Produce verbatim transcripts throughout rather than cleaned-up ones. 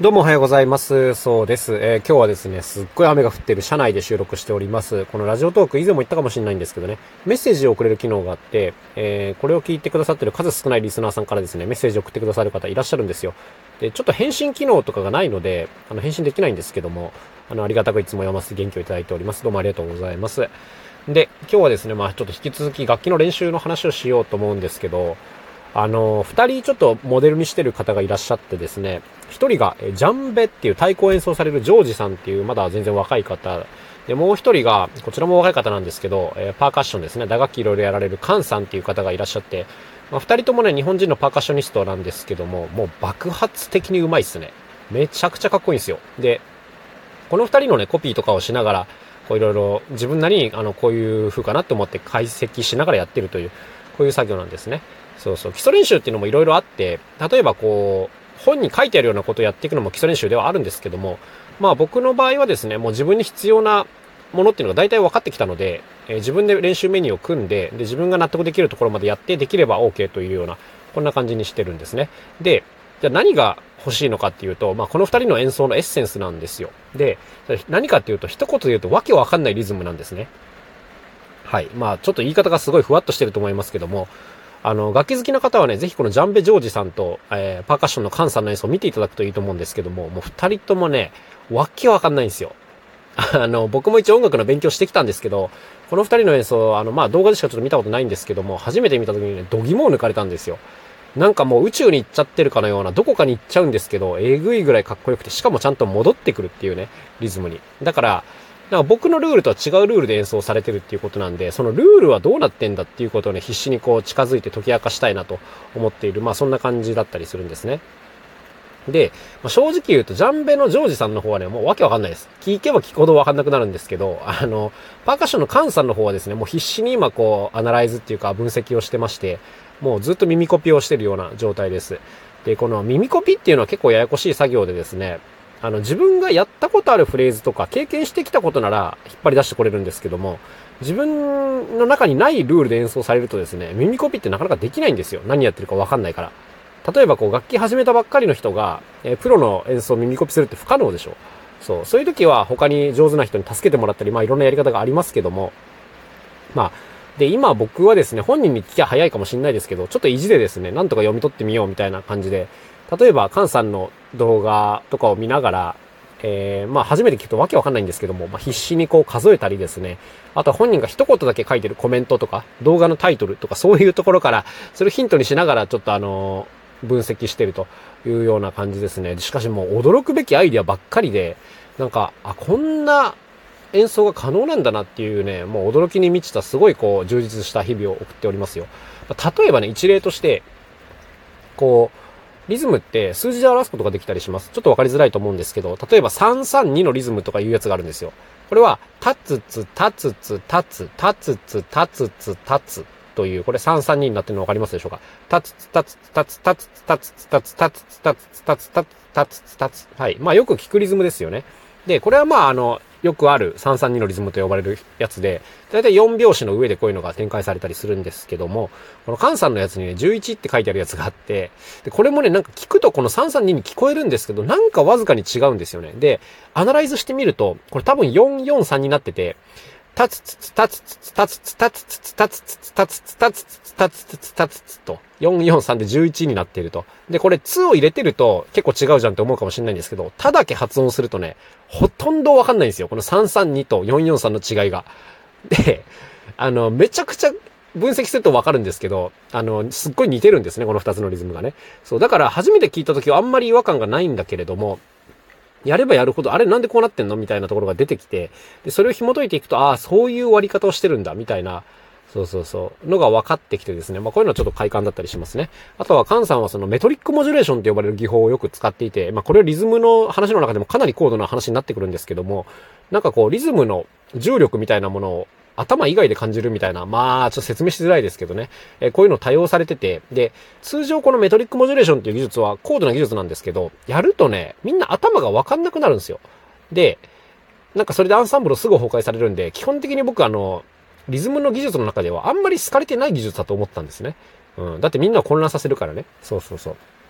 どうもおはようございます。そうです。えー、今日はですね、すっごい雨が降っている車内で収録しております。このラジオトーク以前も言ったかもしれないんですけどね、メッセージを送れる機能があって、えー、これを聞いてくださっている数少ないリスナーさんからですね、メッセージを送ってくださる方いらっしゃるんですよ。で、ちょっと返信機能とかがないので、あの、返信できないんですけども、あの、ありがたくいつも読ませて元気をいただいております。どうもありがとうございます。で、今日はですね、まあちょっと引き続き楽器の練習の話をしようと思うんですけど、あの、二人ちょっとモデルにしてる方がいらっしゃってですね、一人がジャンベっていう太鼓を演奏されるジョージさんっていうまだ全然若い方、で、もう一人が、こちらも若い方なんですけど、えー、パーカッションですね、打楽器いろいろやられるカンさんっていう方がいらっしゃって、まあ、二人ともね、日本人のパーカッショニストなんですけども、もう爆発的に上手いっすね。めちゃくちゃかっこいいんですよ。で、この二人のね、コピーとかをしながら、こういろいろ自分なりに、あの、こういう風かなって思って解析しながらやってるという、こういう作業なんですね。そうそう。基礎練習っていうのもいろいろあって、例えばこう、本に書いてあるようなことをやっていくのも基礎練習ではあるんですけども、まあ僕の場合はですね、もう自分に必要なものっていうのが大体分かってきたので、えー、自分で練習メニューを組んで、で、自分が納得できるところまでやって、できれば OK というような、こんな感じにしてるんですね。で、じゃあ何が欲しいのかっていうと、まあこの二人の演奏のエッセンスなんですよ。で、何かっていうと、一言で言うとわけわかんないリズムなんですね。はい。まあちょっと言い方がすごいふわっとしてると思いますけども、あの、楽器好きな方はね、ぜひこのジャンベジョージさんと、えー、パーカッションのカンさんの演奏を見ていただくといいと思うんですけども、もう二人ともね、わけわかんないんですよ。あの、僕も一応音楽の勉強してきたんですけど、この二人の演奏、あの、まあ動画でしかちょっと見たことないんですけども、初めて見た時にね、度肝を抜かれたんですよ。なんかもう宇宙に行っちゃってるかのような、どこかに行っちゃうんですけど、えぐいぐらいかっこよくて、しかもちゃんと戻ってくるっていうね、リズムに。だから、なんか僕のルールとは違うルールで演奏されてるっていうことなんで、そのルールはどうなってんだっていうことをね、必死にこう近づいて解き明かしたいなと思っている、まあそんな感じだったりするんですね。で、まあ、正直言うと、ジャンベのジョージさんの方はね、もうわけわかんないです。聞けば聞くほどわかんなくなるんですけど、あの、パーカッションのカンさんの方はですね、もう必死に今こう、アナライズっていうか分析をしてまして、もうずっと耳コピをしてるような状態です。で、この耳コピっていうのは結構ややこしい作業でですね、あの、自分がやったことあるフレーズとか経験してきたことなら引っ張り出してこれるんですけども、自分の中にないルールで演奏されるとですね、耳コピってなかなかできないんですよ。何やってるかわかんないから。例えばこう楽器始めたばっかりの人が、えー、プロの演奏を耳コピするって不可能でしょ。そう。そういう時は他に上手な人に助けてもらったり、まあいろんなやり方がありますけども、まあ、で、今僕はですね、本人に聞きゃ早いかもしれないですけど、ちょっと意地でですね、なんとか読み取ってみようみたいな感じで、例えば、カンさんの動画とかを見ながら、えー、まあ初めて聞くとわけわかんないんですけども、まあ必死にこう数えたりですね、あとは本人が一言だけ書いてるコメントとか、動画のタイトルとかそういうところから、それをヒントにしながらちょっとあのー、分析してるというような感じですね。しかしもう驚くべきアイディアばっかりで、なんか、あ、こんな演奏が可能なんだなっていうね、もう驚きに満ちたすごいこう充実した日々を送っておりますよ。例えばね、一例として、こう、リズムって数字で表すことができたりします。ちょっとわかりづらいと思うんですけど、例えばさんさんにのリズムとかいうやつがあるんですよ。これは、タツツ、タツツ、タツ、タツツ、タツツ、タツという、これさんさんにになってるのわかりますでしょうか。タツツ、タツツ、タツ、タツ、タツ、タツ、タツ、タツ、タツ、タツ、タツ、タツ、はい。まあよく聞くリズムですよね。で、これはまああの、よくあるさんさんにのリズムと呼ばれるやつで、だいたいよん拍子の上でこういうのが展開されたりするんですけども、このカンさんのやつにね、じゅういちって書いてあるやつがあって、で、これもね、なんか聞くとこのさんさんにに聞こえるんですけど、なんかわずかに違うんですよね。で、アナライズしてみると、これ多分よんよんさんになってて、タツツツタツツツタツツタツツタツツタツツタツツタツツタツツとよんよんさんでじゅういちになっていると。で、これツを入れてると結構違うじゃんって思うかもしれないんですけど、ただけ発音するとね、ほとんどわかんないんですよ。このさんさんにとよんよんさんの違いが。で、あの、めちゃくちゃ分析するとわかるんですけど、あの、すっごい似てるんですね、このふたつのリズムがね。そう、だから初めて聞いた時はあんまり違和感がないんだけれども、やればやるほど、あれなんでこうなってんのみたいなところが出てきて、で、それを紐解いていくと、ああ、そういう割り方をしてるんだ、みたいな、そうそうそう、のが分かってきてですね。まあ、こういうのはちょっと快感だったりしますね。あとは、カンさんはそのメトリックモジュレーションと呼ばれる技法をよく使っていて、まあ、これはリズムの話の中でもかなり高度な話になってくるんですけども、なんかこう、リズムの重力みたいなものを頭以外で感じるみたいな、まあ、ちょっと説明しづらいですけどね。えー、こういうの多用されてて、で、通常このメトリックモジュレーションっていう技術は高度な技術なんですけど、やるとね、みんな頭がわかんなくなるんですよ。で、なんかそれでアンサンブルすぐ崩壊されるんで、基本的に僕あの、リズムの技術の中ではあんまり好かれてない技術だと思ったんですね。うん。だってみんなを混乱させるからね。そうそうそう。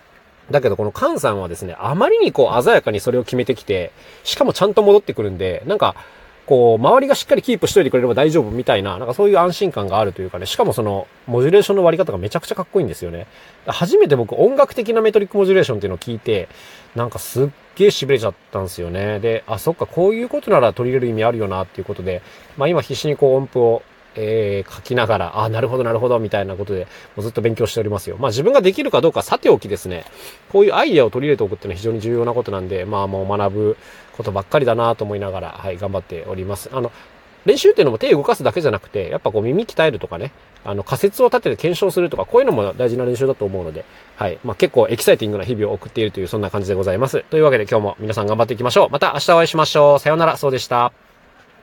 だけどこのカンさんはですね、あまりにこう鮮やかにそれを決めてきて、しかもちゃんと戻ってくるんで、なんか、こう、周りがしっかりキープしといてくれれば大丈夫みたいな、なんかそういう安心感があるというかね、しかもその、モジュレーションの割り方がめちゃくちゃかっこいいんですよね。初めて僕音楽的なメトリックモジュレーションっていうのを聞いて、なんかすっげー痺れちゃったんですよね。で、あ、そっか、こういうことなら取り入れる意味あるよなっていうことで、まあ今必死にこう音符を、えー、書きながら、あ、なるほどなるほど、みたいなことで、もうずっと勉強しておりますよ。まあ自分ができるかどうかさておきですね、こういうアイデアを取り入れておくっていうのは非常に重要なことなんで、まあもう学ぶことばっかりだなと思いながら、はい、頑張っております。あの、練習っていうのも手を動かすだけじゃなくて、やっぱこう耳鍛えるとかね、あの仮説を立てて検証するとか、こういうのも大事な練習だと思うので、はい。まあ結構エキサイティングな日々を送っているという、そんな感じでございます。というわけで今日も皆さん頑張っていきましょう。また明日お会いしましょう。さようなら、そうでした。